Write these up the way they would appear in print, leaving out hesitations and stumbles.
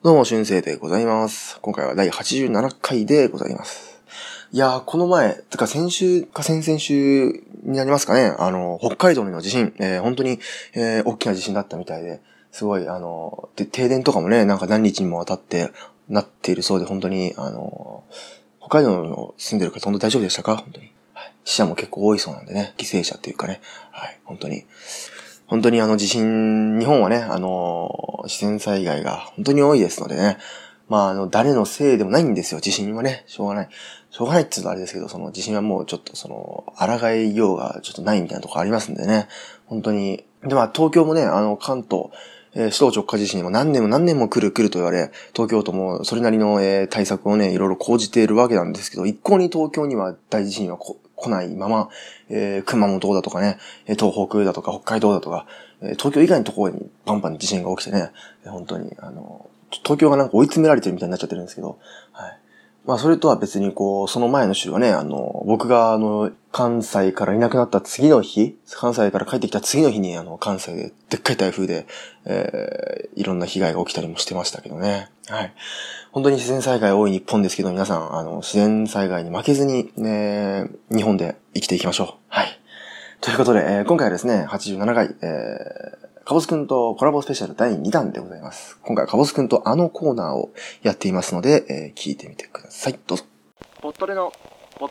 どうも、俊生でございます。今回は第87回でございます。いやー、この前、先週か先々週になりますかね、北海道の地震、本当に、大きな地震だったみたいで、すごい、停電とかもね、なんか何日にもわたってなっているそうで、本当に、北海道の住んでる方、本当大丈夫でしたか？本当に。はい、死者も結構多いそうなんでね、犠牲者っていうかね、はい、本当に地震、日本はね、自然災害が本当に多いですのでね、誰のせいでもないんですよ、地震はね、しょうがないって言うとあれですけど、その地震はもうちょっと抗いようがちょっとないみたいなところありますんでね、本当に。で、東京もね、関東、首都直下地震も何年も来ると言われ、東京都もそれなりの、対策をね、いろいろ講じているわけなんですけど、一向に東京には大地震は来ないまま、熊本だとかね、東北だとか北海道だとか、東京以外のところにバンバン地震が起きてね、本当に、東京がなんか追い詰められてるみたいになっちゃってるんですけど、はい。それとは別にその前の週はね、僕が関西からいなくなった次の日、関西から帰ってきた次の日に関西ででっかい台風で、いろんな被害が起きたりもしてましたけどね。はい。本当に自然災害多い日本ですけど、皆さん、自然災害に負けずに、日本で生きていきましょう。はい。ということで、今回はですね、87回、かぼすくんとコラボスペシャル第2弾でございます。今回はかぼすくんとコーナーをやっていますので、聞いてみてください。どうぞ。ぽっとりのキ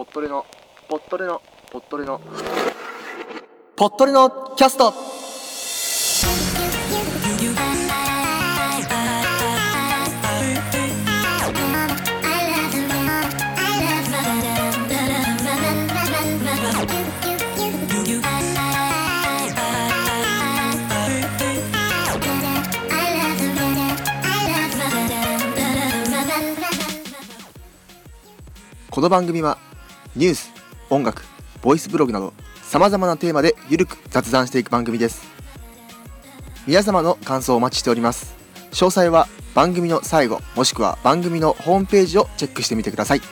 ャスト。この番組はニュース、音楽、ボイスブログなど様々なテーマでゆるく雑談していく番組です。皆様の感想をお待ちしております。詳細は番組の最後もしくは番組のホームページをチェックしてみてください。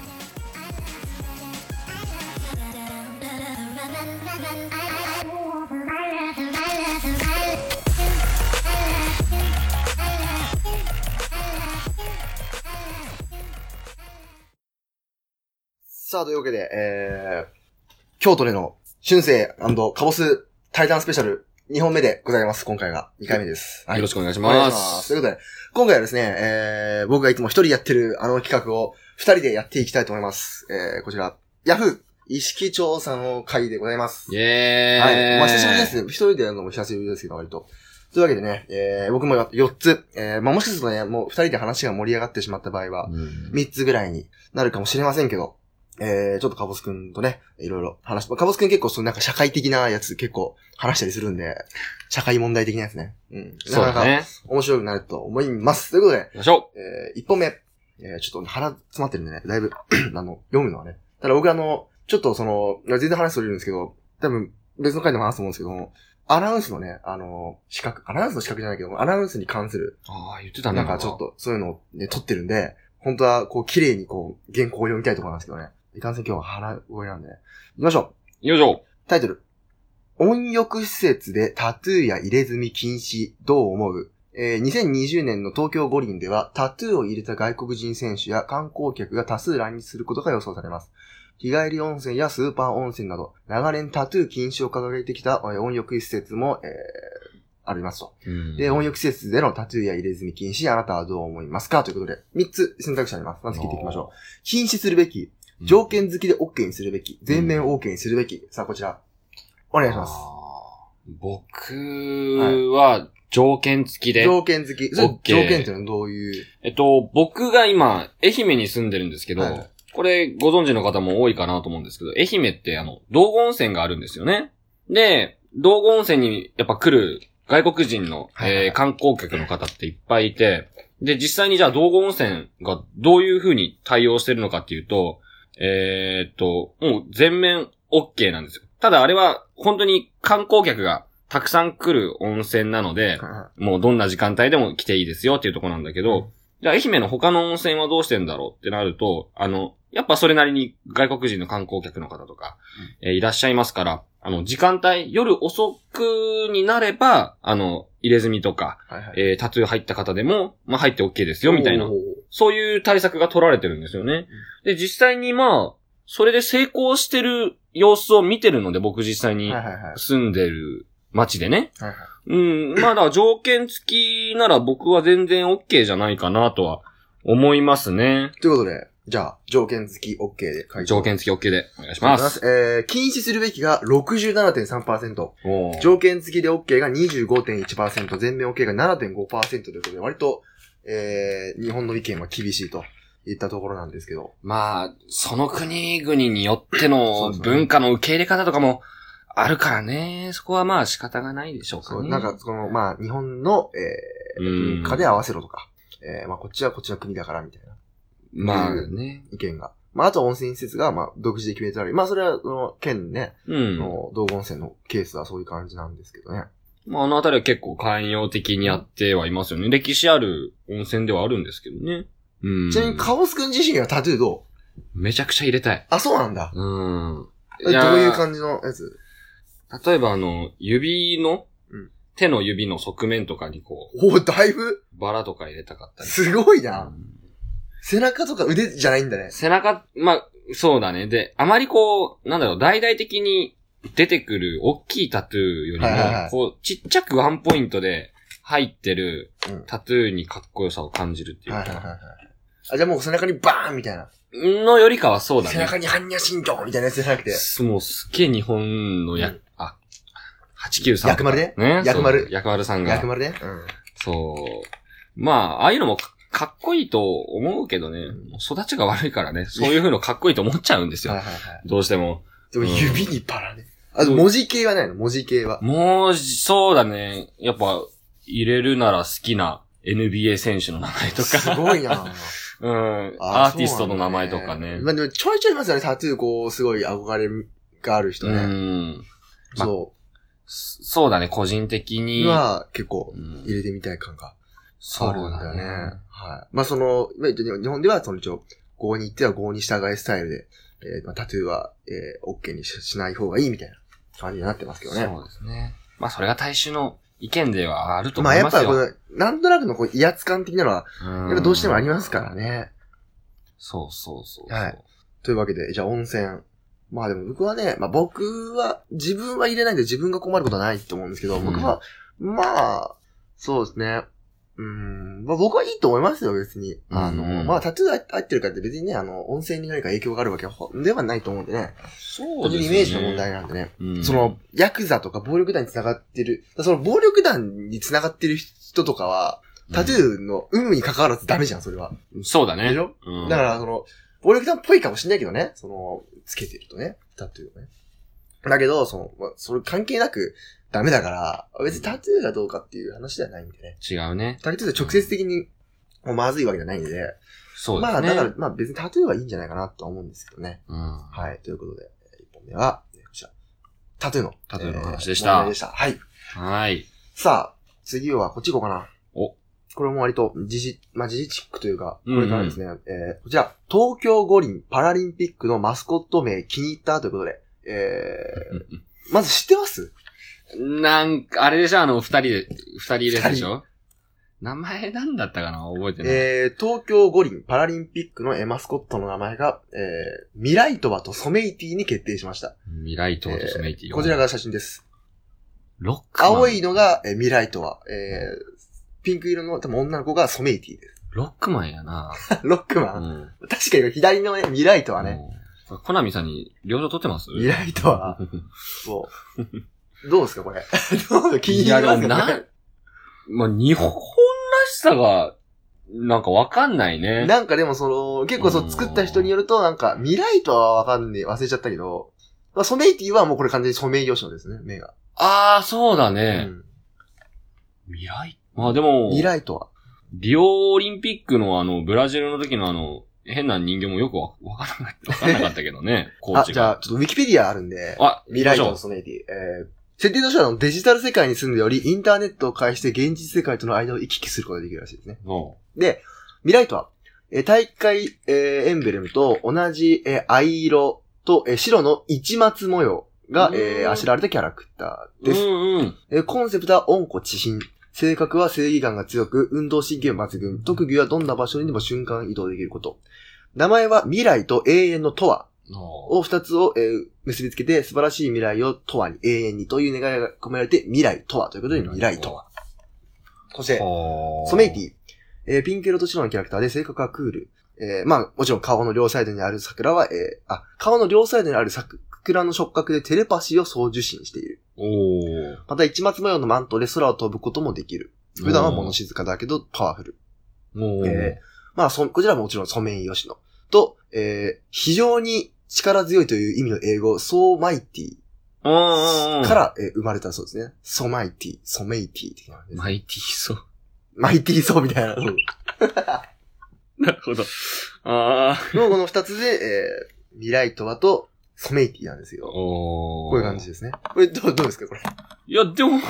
さあ、というわけで、京都での春生&かぼす対談スペシャル2本目でございます。今回が2回目です。 はい、よろしくお願いします。 ということで、今回はですね、僕がいつも一人やってる企画を二人でやっていきたいと思います。こちら、ヤフー意識調査の回でございます。 イェーイ。 はい。久しぶりですね。一人でやるのも久しぶりですけど、割と。というわけでね、僕も4つ、もしかするとね、もう二人で話が盛り上がってしまった場合は、3つぐらいになるかもしれませんけど、ちょっとかぼすくんとね、いろいろ話かぼすくん結構なんか社会的なやつ結構話したりするんで、社会問題的なやつね。うん。 そうだね。 面白くなると思います。ということで、 よいしょ。 1本目。ちょっと腹詰まってるんでね、だいぶ、読むのはね。ただ僕ちょっと全然話それるんですけど、多分別の回でも話すと思うんですけども、アナウンスのね、アナウンスの資格じゃないけども、アナウンスに関する。 言ってたね。 なんかちょっと、そういうのをね、撮ってるんで、本当は綺麗に原稿を読みたいところなんですけどね。いかんせん今日は腹声なんでね。行きましょう。よいしょ。 タイトル。温浴施設でタトゥーや入れ墨禁止、どう思う？2020年の東京五輪ではタトゥーを入れた外国人選手や観光客が多数来日することが予想されます。日帰り温泉やスーパー温泉など、長年タトゥー禁止を掲げてきた温浴施設も、ありますと。で、温浴施設でのタトゥーや入れ墨禁止、あなたはどう思いますか？ということで、3つ選択肢あります。まず聞いていきましょう。禁止するべき。条件付きで OK にするべき。全面 OK にするべき。さあ、こちら。お願いします。 僕は、条件付きで。 条件付き。 OK。 条件っていうのはどういう？ 僕が今、愛媛に住んでるんですけど、 はい、 これご存知の方も多いかなと思うんですけど、愛媛って道後温泉があるんですよね。で、道後温泉にやっぱ来る外国人の、観光客の方っていっぱいいて、で、実際にじゃあ道後温泉がどういう風に対応してるのかっていうと、もう全面 OK なんですよ。ただあれは本当に観光客がたくさん来る温泉なので、もうどんな時間帯でも来ていいですよっていうところなんだけど、じゃあ愛媛の他の温泉はどうしてんだろうってなると、 やっぱそれなりに外国人の観光客の方とか、いらっしゃいますから、時間帯、夜遅くになれば、入れ墨とか、はいはい、タトゥー入った方でも、まあ入って OK ですよ、みたいな。そういう対策が取られてるんですよね。で、実際にまあ、それで成功してる様子を見てるので、僕実際に住んでる街でね。はいはい、まあだから条件付きなら僕は全然 OK じゃないかなとは思いますね。 ということで、じゃあ、条件付き OK で書いて。 条件付き OK でお願いします。 禁止するべきが 67.3%。条件付きで OK が 25.1%。全面 OK が 7.5% ということで、割と、日本の意見は厳しいといったところなんですけど。 まあ、その国々によっての文化の受け入れ方とかもあるからね。そこはまあ仕方がないでしょうかね。 そう、なんか、まあ、日本の、文化で合わせろとか。まあ、こっちはこっちの国だからみたいな。 まあね。 意見が。まあ、あと温泉施設が、まあ、独自で決めてある。まあ、それは、県ね、道後温泉のケースはそういう感じなんですけどね。 まあ、あのあたりは結構寛容的にやってはいますよね。歴史ある温泉ではあるんですけどね。 ちなみに、カオスくん自身はタトゥーどう？めちゃくちゃ入れたい。 あ、そうなんだ。 どういう感じのやつ？ 例えば指の、手の指の側面とかにこう。だいぶバラとか入れたかったり。 すごいな。背中とか腕じゃないんだね。 背中、まあ、そうだね。で、あまりこう、大々的に出てくる大きいタトゥーよりも、こう、ちっちゃくワンポイントで入ってるタトゥーにかっこよさを感じるっていうか。 あ、じゃあもう背中にバーンみたいな。 のよりかはそうだね。 背中に般若心経みたいなやつじゃなくて。 もうすっげえ日本の893。 薬丸ね。 薬丸さんが。 薬丸ね。 そう。まあ、ああいうのもかっこいいと思うけどね、育ちが悪いからね、そういう風のかっこいいと思っちゃうんですよ。どうしても。 でも指にバラね。あと文字系はないの？文字系は。 そうだね。やっぱ、入れるなら好きな NBA 選手の名前とか。すごいなアーティストの名前とかね。 まあでもちょいちょいいますよね、タトゥーこう、すごい憧れがある人ね。 そうだね、個人的に。 は結構入れてみたい感があるんだよね。はい。まあ日本では一応、郷に行っては郷に従いスタイルで、タトゥーは、OK にしない方がいいみたいな感じになってますけどね。 そうですね。まあそれが大衆の意見ではあると思いますよ。 まあやっぱなんとなくの威圧感的なのは、やっぱどうしてもありますからね。 そう。 はい。というわけで、じゃあ温泉。まあでも僕はね、自分は入れないんで自分が困ることはないと思うんですけど、僕は、まあ、そうですね。まあ僕はいいと思いますよ、別に。まあタトゥー入ってるからって別にね、温泉に何か影響があるわけではないと思うんでね。 そうですね。 イメージの問題なんでね。ヤクザとか暴力団に繋がってる、暴力団に繋がってる人とかは、タトゥーの有無に関わらずダメじゃん、それは。 そうだね。 でしょ？だから暴力団っぽいかもしれないけどね、つけてるとね、タトゥーをね。だけど、それ関係なくダメだから、別にタトゥーがどうかっていう話ではないんでね。 違うね。 タトゥーで直接的にもうまずいわけじゃないんで、 そうですね。 まあ、だから、別にタトゥーはいいんじゃないかなと思うんですけどね。はい。ということで、1本目は、こちら。タトゥーの話でした。 はい。 はい。 さあ、次はこっち行こうかな。これも割と時事チックというか、これからですね、こちら、東京五輪パラリンピックのマスコット名気に入ったということで、まず知ってます？ あれでしょ、二人でしょ？名前なんだったかな覚えてない。 東京五輪パラリンピックのマスコットの名前が、ミライトワとソメイティに決定しました。 ミライトワとソメイティ。 こちらが写真です。 ロックマン。 青いのが、ミライトワ。ピンク色の多分女の子がソメイティです。 ロックマンやな。 ロックマン、確かに左のね、ミライトはね。 コナミさんに領収取ってます？ ミライトは。そう。どうですかこれ。気になりますか？ まあ、日本らしさが、なんかわかんないね。 なんかでも結構作った人によると、なんか、ミライトはわかんねえ、忘れちゃったけど、ソメイティはもうこれ完全にソメイヨシノですね、目が。 ああ、そうだね。ミライトまあでも、 ミライトは。 リオオリンピックのブラジルの時の変な人形もよくわかんなかったけどね、コーチが。 じゃあ、ちょっとウィキペディアあるんで、ミライトのソメイティ。設定としてはデジタル世界に住んでおり、インターネットを介して現実世界との間を行き来することができるらしいですね。で、ミライトは、 大会、エンブレムと同じ、藍色と、白の市松模様が、あしらわれたキャラクターです。コンセプトは温故知新。性格は正義感が強く、運動神経抜群。特技はどんな場所にでも瞬間移動できること。名前は未来と永遠のトワを二つを、結びつけて素晴らしい未来をトワに永遠にという願いが込められて未来トワということで未来トワ。そして、ソメイティ。ピンク色と白のキャラクターで性格はクール。もちろん顔の両サイドにある桜は、顔の両サイドにある桜の触覚でテレパシーを送受信している。また、市松模様のマントで空を飛ぶこともできる。普段は物静かだけどパワフル。こちらはもちろんソメイヨシノ。と、非常に力強いという意味の英語、ソーマイティから、生まれたそうですね。ソマイティ、ソメイティって感じです。 マイティーソー。 マイティーソーみたいな。 なるほど。 のこの二つで、未来とはとソメイティなんですよ。こういう感じですね。これどうですかこれ。 いや、でも、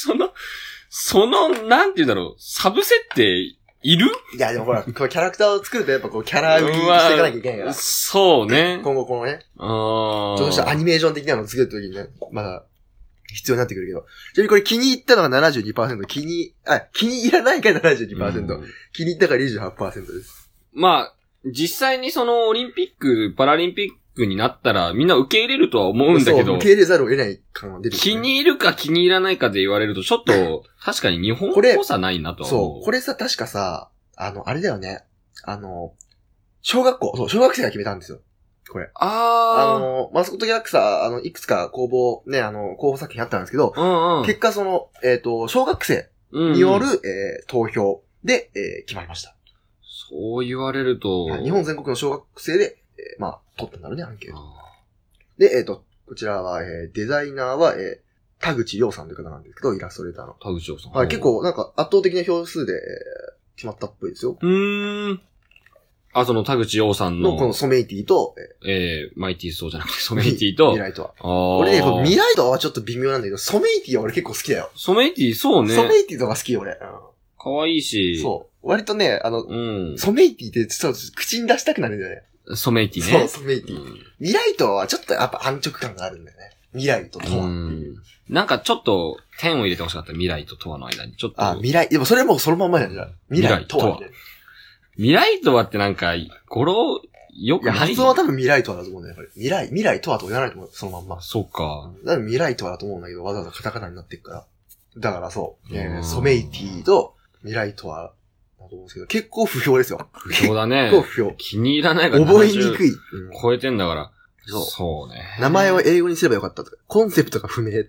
なんて言うんだろう、サブ設定、いる？ いや、でもほら、こうキャラクターを作るとやっぱこうキャラ売りしていかなきゃいけないから。 そうね。 今後このね。ちょっとしたアニメーション的なのを作るときにね、まだ必要になってくるけど。ちなみにこれ気に入ったのが 72%、気に入らないから 72%、気に入ったから 28% です。 実際にそのオリンピック、パラリンピックになったらみんな受け入れるとは思うんだけど。 受け入れざるを得ない感が出てくる、 気に入るか気に入らないかで言われるとちょっと確かに日本っぽさないなとは思う。 そう。これさ、確かさ、あれだよね。小学生が決めたんですよ。これ。マスコットキャラクター、いくつか候補作品あったんですけど、結果小学生による、投票で、決まりました。 そう言われると。 日本全国の小学生で、取ったんだろうね、アンケート。で、こちらは、デザイナーは、田口洋さんという方なんですけど、イラストレーターの。 田口洋さん。 はい、結構、なんか圧倒的な票数で、決まったっぽいですよ。 その田口洋さんの。 このソメイティと、 マイティーソーじゃなくてソメイティと。 未来とは。俺ね、未来とはちょっと微妙なんだけど、ソメイティは俺結構好きだよ。 ソメイティ、そうね。 ソメイティとか好きよ、俺。 かわいいし。 そう。割とね、ソメイティってちょっと口に出したくなるんだよね。 ソメイティね。 そう、ソメイティ。未来とはちょっとやっぱ安直感があるんだよね。未来ととは。 なんかちょっと点を入れてほしかった。未来ととはの間に。ちょっと。 未来。でもそれもそのまんまやんじゃん。未来とは。 未来とはってなんか、語呂、よくない。 発音は多分未来とはだと思うんだよ、やっぱり。未来とはと言わないと思う。そのまんま。 そうか。 だから未来とはだと思うんだけど、わざわざカタカナになってるから。だからそう。ソメイティと未来とは、だと思うんですけど、結構不評ですよ。 不評だね。 結構不評。 気に入らないから覚えにくい。 超えてんだから。 そうね。名前を英語にすればよかったとか。コンセプトが不明。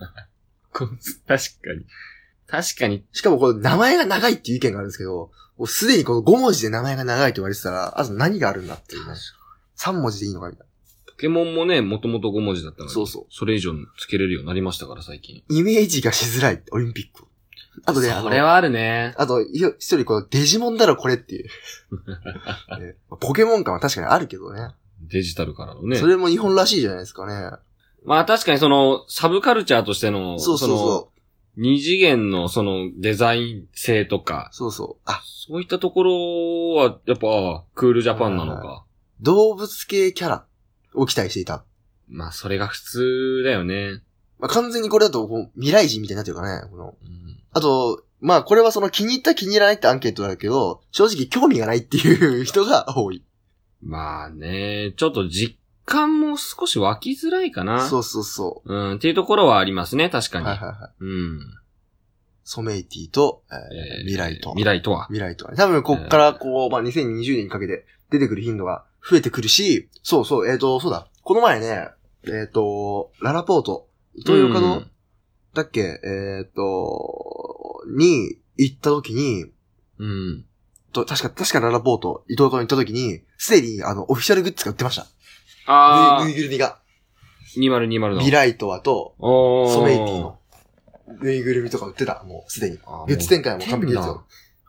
確かに。 しかもこの名前が長いっていう意見があるんですけど、すでにこの5文字で名前が長いと言われてたら、あと何があるんだっていうね。3文字でいいのかみたいな。 ポケモンもね、もともと5文字だったのに。 そうそう。 それ以上つけれるようになりましたから、最近。 イメージがしづらい、オリンピック。あとね、 それはあるね。 あと、一人このデジモンだろこれっていう。ポケモン感は確かにあるけどね。 デジタルからのね。 それも日本らしいじゃないですかね。 確かにその、サブカルチャーとしての、 そう。 二次元のそのデザイン性とか。 そう。 そういったところは、やっぱ、クールジャパンなのか。 動物系キャラを期待していた。 それが普通だよね。 完全にこれだと、未来人みたいになってるからね。あと、これはその気に入った気に入らないってアンケートだけど、正直興味がないっていう人が多い。 ちょっと実感も少し湧きづらいかな。 そう。 っていうところはありますね、確かに。 ソメイティと、未来と。 未来とは。 多分、こっから、2020年にかけて出てくる頻度が増えてくるし、そうだ。この前ね、ララポート、伊東洋華堂だっけに行った時に、確かララポート、伊東洋華堂に行った時に、すでに、オフィシャルグッズが売ってました。ぬいぐるみが。 2020の。 未来とはと、ソメイティの。ぬいぐるみとか売ってた、もうすでに。グッズ展開も完璧ですよ。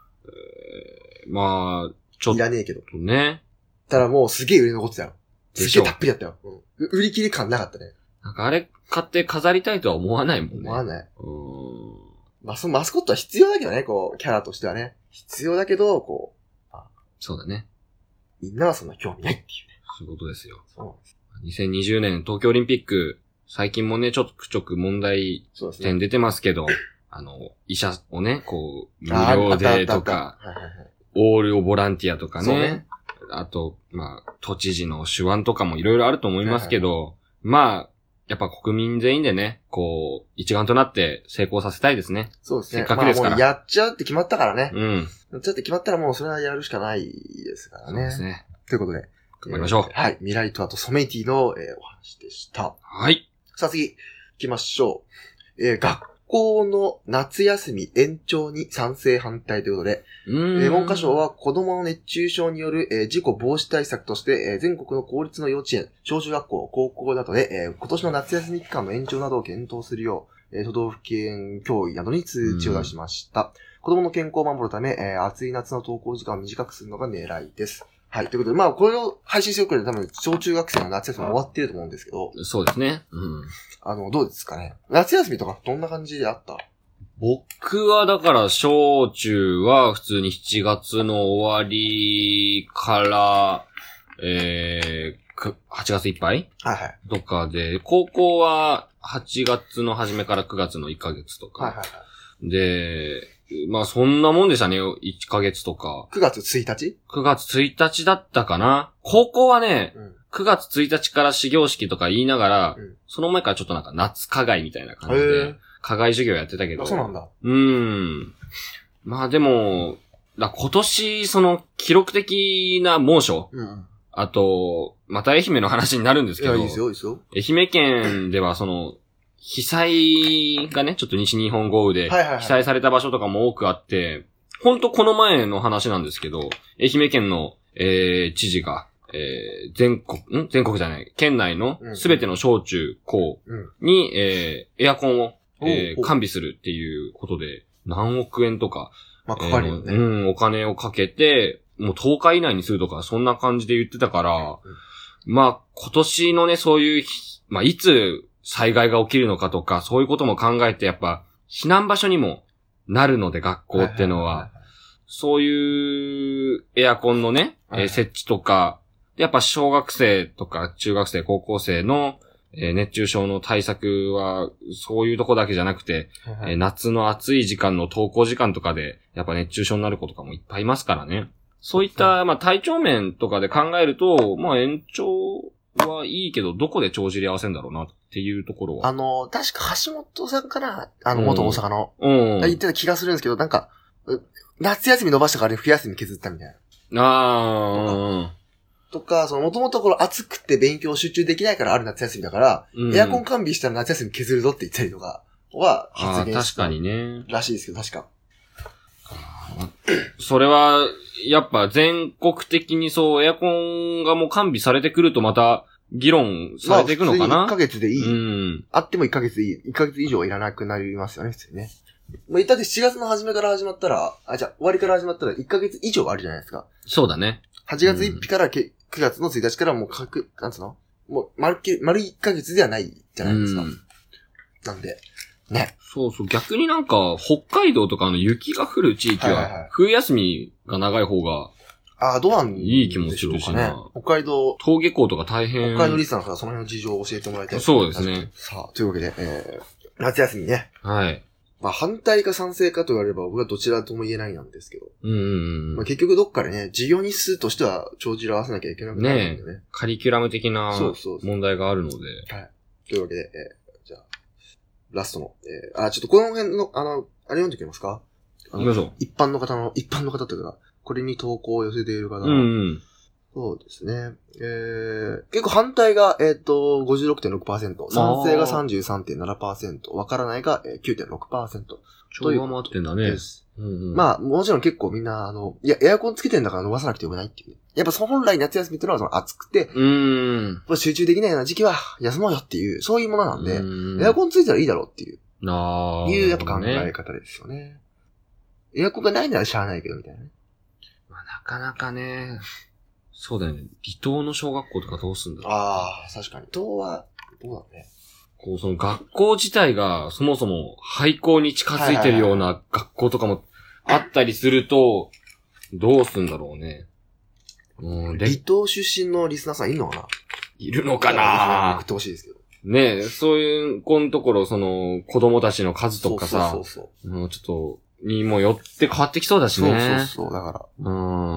ちょっと。 いらねえけど。 ね。 ただもうすげえ売り残ってたよ。すげえたっぷりだったよ。売り切り感なかったね。 なんかあれ買って飾りたいとは思わないもんね。 思わない。マスコットは必要だけどね、キャラとしてはね。必要だけど、 そうだね。 みんなはそんな興味ないっていうね。 そういうことですよ。 そう 2020年東京オリンピック、最近もね、ちょくちょく問題点出てますけど、医者をね、こう、無料でとか、オールボランティアとかね。あと、まあ、都知事の手腕とかもいろいろあると思いますけど、まあ、やっぱ国民全員でね、こう、一丸となって成功させたいですね。 そうですね。 せっかくですから。 もうやっちゃうって決まったからね。 うん。 やっちゃうって決まったらもうそれはやるしかないですからね。 そうですね。 ということで。 頑張りましょう。 はい。未来とあとソメイティの、お話でした。 はい。 さあ次、行きましょう。学校の夏休み延長に賛成反対ということで、文科省は子供の熱中症による、事故防止対策として、全国の公立の幼稚園、小中学校、高校などで、今年の夏休み期間の延長などを検討するよう、都道府県教委などに通知を出しました。子供の健康を守るため、暑い夏の登校時間を短くするのが狙いです。はい。ということで、まあ、これを配信しておくれで多分、小中学生の夏休み終わってると思うんですけど。 そうですね。うん。 どうですかね。夏休みとかどんな感じであった？ 僕はだから、小中は普通に7月の終わりから、8月いっぱいはいはい。 とかで、高校は8月の初めから9月の1ヶ月とか。 はいはいはい。 で、まあそんなもんでしたね、1ヶ月とか。 9月1日 ?9 月1日だったかな。高校はね、9月1日から始業式とか言いながら、その前からちょっとなんか夏課外みたいな感じで、課外授業やってたけど。 そうなんだ。 まあでも、今年その記録的な猛暑。あと、また愛媛の話になるんですけど。 いや、いいですよ、いいですよ。 愛媛県ではその、被災がね、ちょっと西日本豪雨で、被災された場所とかも多くあって、ほんとこの前の話なんですけど、愛媛県の、知事が、全国じゃない、県内のすべての小中高に、エアコンを、完備するっていうことで、何億円とか、 まあ、かかるよね。 お金をかけて、もう10日以内にするとか、そんな感じで言ってたから、まあ、今年のね、そういう、まあ、いつ災害が起きるのかとか、そういうことも考えて、やっぱ、避難場所にもなるので、学校ってのは、そういうエアコンのね、設置とか、やっぱ小学生とか中学生、高校生の、熱中症の対策は、そういうとこだけじゃなくて、夏の暑い時間の登校時間とかで、やっぱ熱中症になる子とかもいっぱいいますからね。そういった、まあ体調面とかで考えると、まあ延長はいいけど、どこで帳尻合わせんだろうなっていうところは。 確か橋本さんかな、元大阪の。言ってた気がするんですけど、なんか、夏休み伸ばしたから冬休み削ったみたいな。とか、もともとこの暑くて勉強集中できないからある夏休みだから、エアコン完備したら夏休み削るぞって言ったりとかは発言した。 確かにね。 らしいですけど、確か。 それは、やっぱ全国的にそう、エアコンがもう完備されてくるとまた、議論されていくのかな？ 1ヶ月でいい。あっても1ヶ月でいい。1ヶ月以上いらなくなりますよね、普通にね。だって7月の初めから始まったら、終わりから始まったら1ヶ月以上あるじゃないですか。 そうだね。 8月1日から9月の1日からもうなんつうの？もう丸1ヶ月ではないじゃないですか。なんで、ね。 そうそう。逆になんか、北海道とかの雪が降る地域は、冬休みが長い方が、 どうなんでしょうかね。 いい気持ちするしな。 北海道。 登下校とか大変。 北海道リスナーの方はその辺の事情を教えてもらいたい。 そうですね。 さあ、というわけで、夏休みね。 はい。 まあ、反対か賛成かと言われれば、僕はどちらとも言えないなんですけど。まあ、結局どっかでね、授業日数としては帳尻を合わせなきゃいけなくなるんでね。 カリキュラム的な問題があるので。 はい。というわけで、じゃあ、ラストの、ちょっとこの辺の、あれ読んでくれますか？ 行きましょう。 一般の方というか、これに投稿を寄せている方。そうですね。結構反対が、56.6%、賛成が 33.7%、わからないが、9.6%。 ちょい上回ってんだね。 まあ、もちろん結構みんな、エアコンつけてんだから伸ばさなくてよくないっていうね。やっぱ本来夏休みっていうのは暑くて、集中できないような時期は休もうよっていう、そういうものなんで、エアコンついたらいいだろうっていう、やっぱ考え方ですよね。エアコンがないならしゃあないけどみたいなね。 まあ、なかなかね、そうだよね。離島の小学校とかどうすんだろう。 確かに。離島は、どうだろうね。 その学校自体がそもそも廃校に近づいてるような学校とかもあったりすると、どうすんだろうね。 離島出身のリスナーさんいるのかないるのかな送ってほしいですけど。 ねえ、そういう、このところ、子供たちの数とかさ、ちょっと、にもよって変わってきそうだしね。 そう。だから、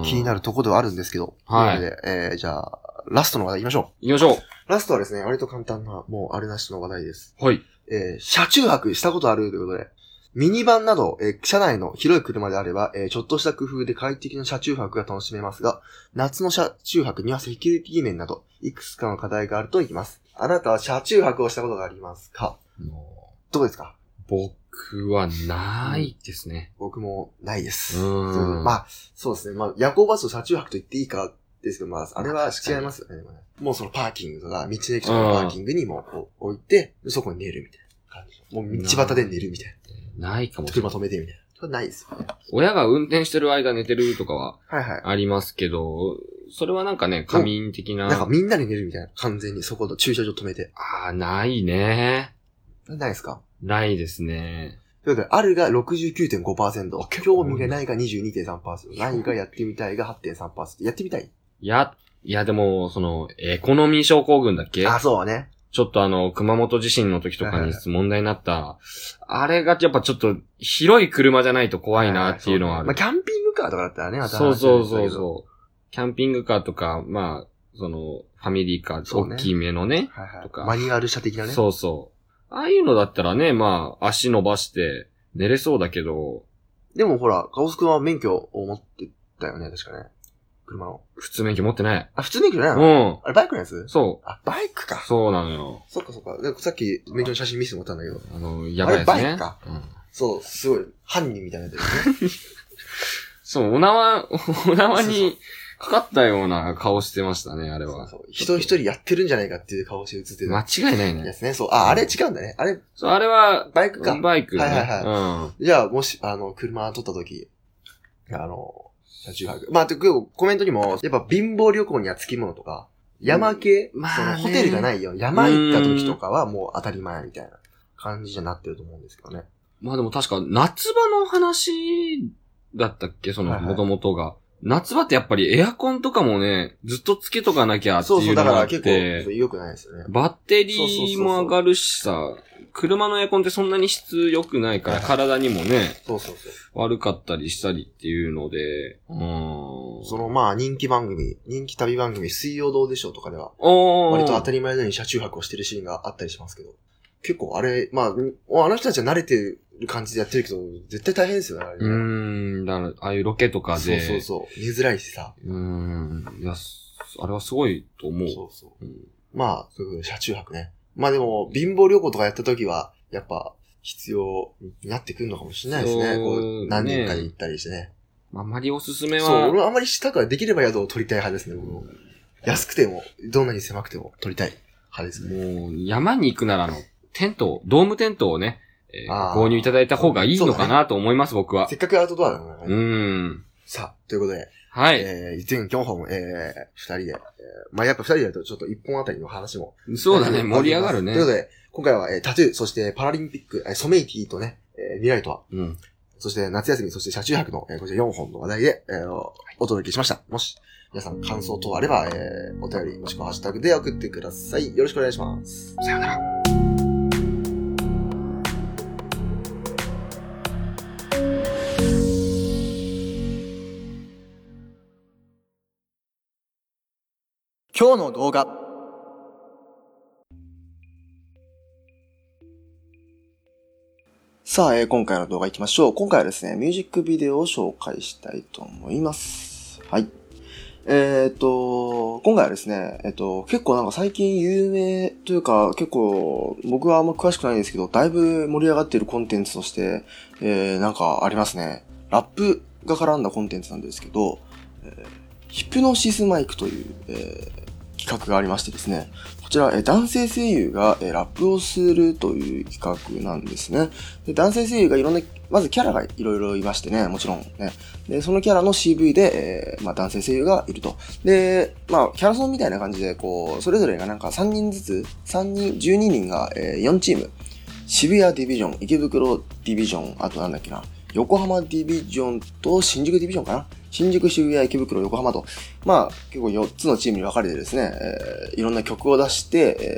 気になるとこではあるんですけど。 はい。 ということで、じゃあ、ラストの話題行きましょう。 行きましょう。 ラストはですね、割と簡単な、もうあれなしの話題です。 はい。 車中泊したことあるということで、ミニバンなど、車内の広い車であれば、ちょっとした工夫で快適な車中泊が楽しめますが、夏の車中泊にはセキュリティ面など、いくつかの課題があるといきます。あなたは車中泊をしたことがありますか？どうですか？ 僕はないですね。 僕もないです。まあ、そうですね。まあ、夜行バスを車中泊と言っていいかですけど、まあ、あれは違いますよね。もうそのパーキングとか、道の駅とかのパーキングにも置いて、そこに寝るみたいな感じ。もう道端で寝るみたいな。ないかもしれない。 車止めてみたいな。それないですよね。 親が運転してる間寝てるとかは、ありますけど、それはなんかね、仮眠的な。 なんかみんなで寝るみたいな。完全にそこの駐車場止めて。 ないね。 ないですか？ ないですね。 ということで、あるが 69.5%、興味がないが 22.3%、ないがやってみたいが 8.3%。やってみたい？いやでも、エコノミー症候群だっけ？ そうね。 ちょっと熊本地震の時とかに問題になった、あれがやっぱちょっと広い車じゃないと怖いなっていうのはある。 まあ、キャンピングカーとかだったらね、 そう。キャンピングカーとか、まあ、ファミリーカー、大きめのね、とか。 マニュアル車的なね。 そう。ああいうのだったらね、まあ、足伸ばして寝れそうだけど。 でもほら、カオス君は免許を持ってたよね、確かね。車の。 普通免許持ってない。 普通免許ないの？あれバイクのやつ？ そう。 バイクか。 そうなのよ。 そっか。でさっき免許の写真見せてもらったんだけど。 やばいやつね。 あれバイクか。そう、すごい、犯人みたいなやつね。 そう、お縄にかかったような顔してましたね、あれは。 一人やってるんじゃないかっていう顔して映ってる。 間違いないね。 ですね。そう。あれ違うんだね。あれは、バイクか。 バイクね。 はい。じゃあ、もし、車撮った時、車中泊。まあ、コメントにも、やっぱ貧乏旅行には付き物とか、山系、ホテルがないよ。山行った時とかはもう当たり前みたいな感じになってると思うんですけどね。 まあでも確か夏場の話だったっけ？元々が。夏場ってやっぱりエアコンとかもね、ずっとつけとかなきゃっていうのがあって。 だから結構良くないですよね。 バッテリーも上がるしさ、車のエアコンってそんなに質良くないから体にもね、悪かったりしたりっていうので、 まあ人気旅番組、水曜どうでしょうとかでは、割と当たり前のように車中泊をしてるシーンがあったりしますけど、結構あれ、まあ、あの人たちは慣れてる感じでやってるけど、絶対大変ですよね、あれね。 だから、ああいうロケとかで。 そう。見づらいしさ。 いや、あれはすごいと思う。 そう。まあ、そういうことで車中泊ね。まあでも、貧乏旅行とかやった時は、やっぱ、必要になってくるのかもしれないですね。何人かで行ったりしてね。 あんまりおすすめは。 そう、俺はあんまりしたからできれば宿を取りたい派ですね、僕も。安くても、どんなに狭くても取りたい派ですね。 もう、山に行くならドームテントをね、購入いただいた方がいいのかなと思います、僕は。 せっかくアウトドアだからね。 さあ、ということで。 はい。 全4本、二人で。まあ、やっぱ二人でやるとちょっと一本あたりの話も。 そうだね、盛り上がるね。 ということで、今回は、タトゥー、そしてパラリンピック、ソメイティとね、ミライトは。そして夏休み、そして車中泊の、こちら4本の話題で、お届けしました。もし、皆さん感想等あれば、お便りもしくはハッシュタグで送ってください。よろしくお願いします。さようなら。今日の動画。さあ、今回の動画行きましょう。今回はですね、ミュージックビデオを紹介したいと思います。はい。今回はですね、結構なんか最近有名というか、結構僕はあんま詳しくないんですけど、だいぶ盛り上がっているコンテンツとして、なんかありますね。ラップが絡んだコンテンツなんですけど、ヒプノシスマイクという、企画がありましてですね、こちら、男性声優が、ラップをするという企画なんですね。で、男性声優がいろんな、まずキャラがいろいろいましてね、もちろんね。で、そのキャラの CV で、まあ男性声優がいると。で、まあキャラソンみたいな感じで、こう、それぞれがなんか3人ずつ、12人が、4チーム。渋谷ディビジョン、池袋ディビジョン、あとなんだっけな、横浜ディビジョンと新宿ディビジョンかな新宿、渋谷、池袋、横浜と、まあ、結構4つのチームに分かれてですね、いろんな曲を出して、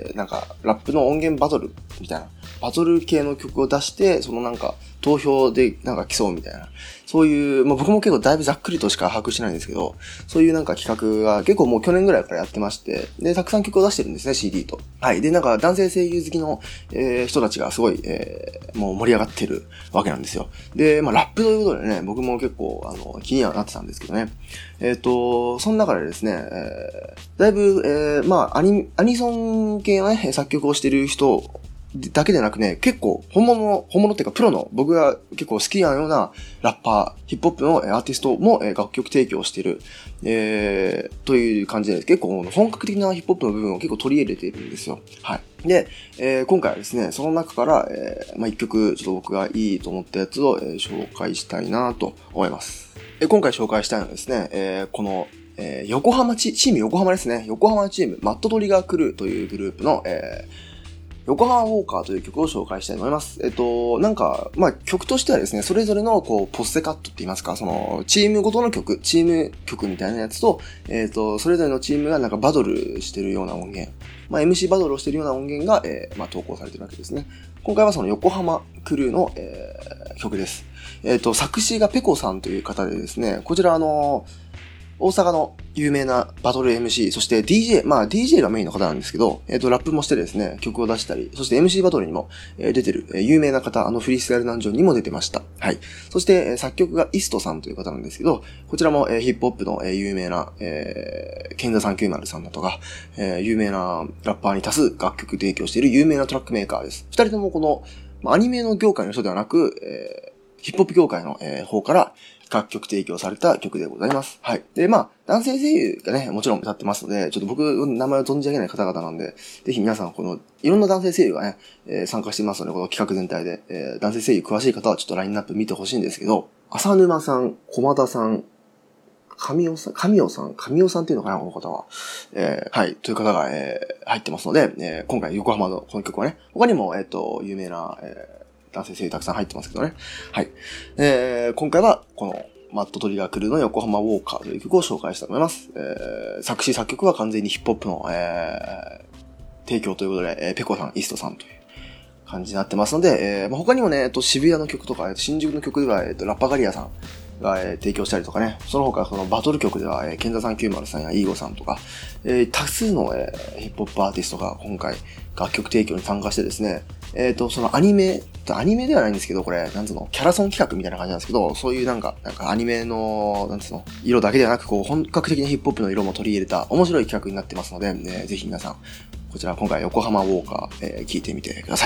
なんか、ラップの音源バトルみたいな、バトル系の曲を出して、そのなんか、投票でなんか競うみたいな、そういう、まあ僕も結構だいぶざっくりとしか把握してないんですけど、そういうなんか企画が結構もう去年ぐらいからやってまして、で、たくさん曲を出してるんですね、CD と。はい。で、なんか男性声優好きの、人たちがすごい、もう盛り上がってるわけなんですよ。で、まあラップということでね、僕も結構、気にはなってたんですけどね。その中でですね、だいぶ、まあアニソン系のね、作曲をしてる人、だけでなくね、結構本物っていうかプロの僕が結構好きなようなラッパー、ヒップホップのアーティストも楽曲提供している、という感じで結構本格的なヒップホップの部分を結構取り入れているんですよ。はい。で、今回はですね、その中から、まあ、一曲ちょっと僕がいいと思ったやつを、紹介したいなと思います。今回紹介したいのはですね、この横浜チーム横浜ですね。横浜チーム、マットトリガークルーというグループの、横浜ウォーカーという曲を紹介したいと思います。なんか、まあ、曲としてはですね、それぞれの、こう、ポステカットって言いますか、その、チームごとの曲、チーム曲みたいなやつと、それぞれのチームがなんかバトルしてるような音源、まあ、MC バトルをしてるような音源が、まあ、投稿されてるわけですね。今回はその横浜クルーの、曲です。作詞がペコさんという方でですね、こちら大阪の有名なバトル MC、そして DJ、まあ DJ がメインの方なんですけど、ラップもしてですね、曲を出したり、そして MC バトルにも出てる有名な方、フリースタイルダンジョンにも出てました。はい。そして作曲がイストさんという方なんですけど、こちらもヒップホップの有名なケンザ390さんだとか、有名なラッパーに多数楽曲提供している有名なトラックメーカーです。二人ともこのアニメの業界の人ではなく、ヒップホップ業界の方から楽曲提供された曲でございます。はい。で、まあ、男性声優がね、もちろん歌ってますので、ちょっと僕、名前を存じ上げない方々なんで、ぜひ皆さん、いろんな男性声優がね、参加していますので、この企画全体で、男性声優詳しい方はちょっとラインナップ見てほしいんですけど、浅沼さん、駒田さん、神尾さんっていうのかな、この方は。はい、という方が、入ってますので、今回横浜のこの曲はね、他にも、有名な、男性声優たくさん入ってますけどね。はい。今回は、この、マットトリガークルーの横浜ウォーカーという曲を紹介したいと思います。作詞作曲は完全にヒップホップの、提供ということで、ペコさん、イストさんという感じになってますので、まあ、他にもね、渋谷の曲とか、新宿の曲では、ラッパガリアさんが、提供したりとかね、その他そのバトル曲では、ケンザ390さんやイーゴさんとか、多数の、ヒップホップアーティストが今回楽曲提供に参加してですね、そのアニメではないんですけど、これ、なんつうの、キャラソン企画みたいな感じなんですけど、そういうなんかアニメの、なんつうの、色だけではなく、こう、本格的にヒップホップの色も取り入れた面白い企画になってますので、ぜひ皆さん、こちら今回横浜ウォーカー、聞いてみてください。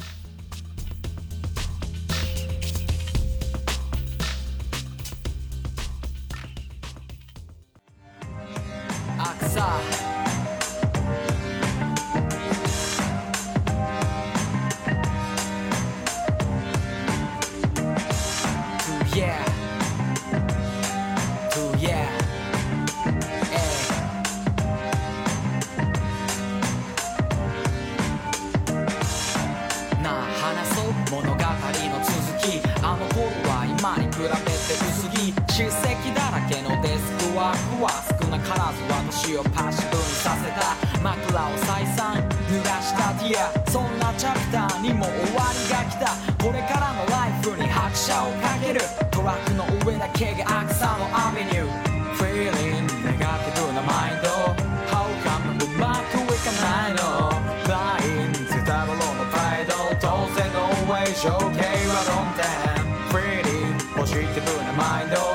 出席だらけのデスクワークは少なからず私をパッシブにさせた枕を再三濡らしたティアそんなチャプターにも終わりが来たこれからのライフに拍車をかけるトラックの上だけがアクサのアベニュー Feeling ネガティブなマインド How come うまくいかないの Flying ズタボロのプライド当然の上情景は論点 Pretty ポジティブなマインド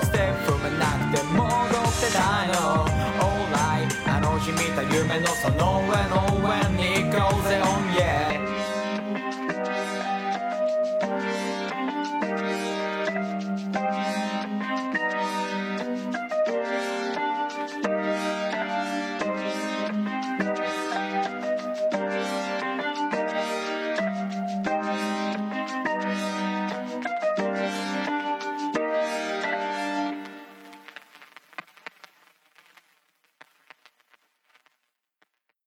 Alright あの日見た夢のその上の上に行こうぜ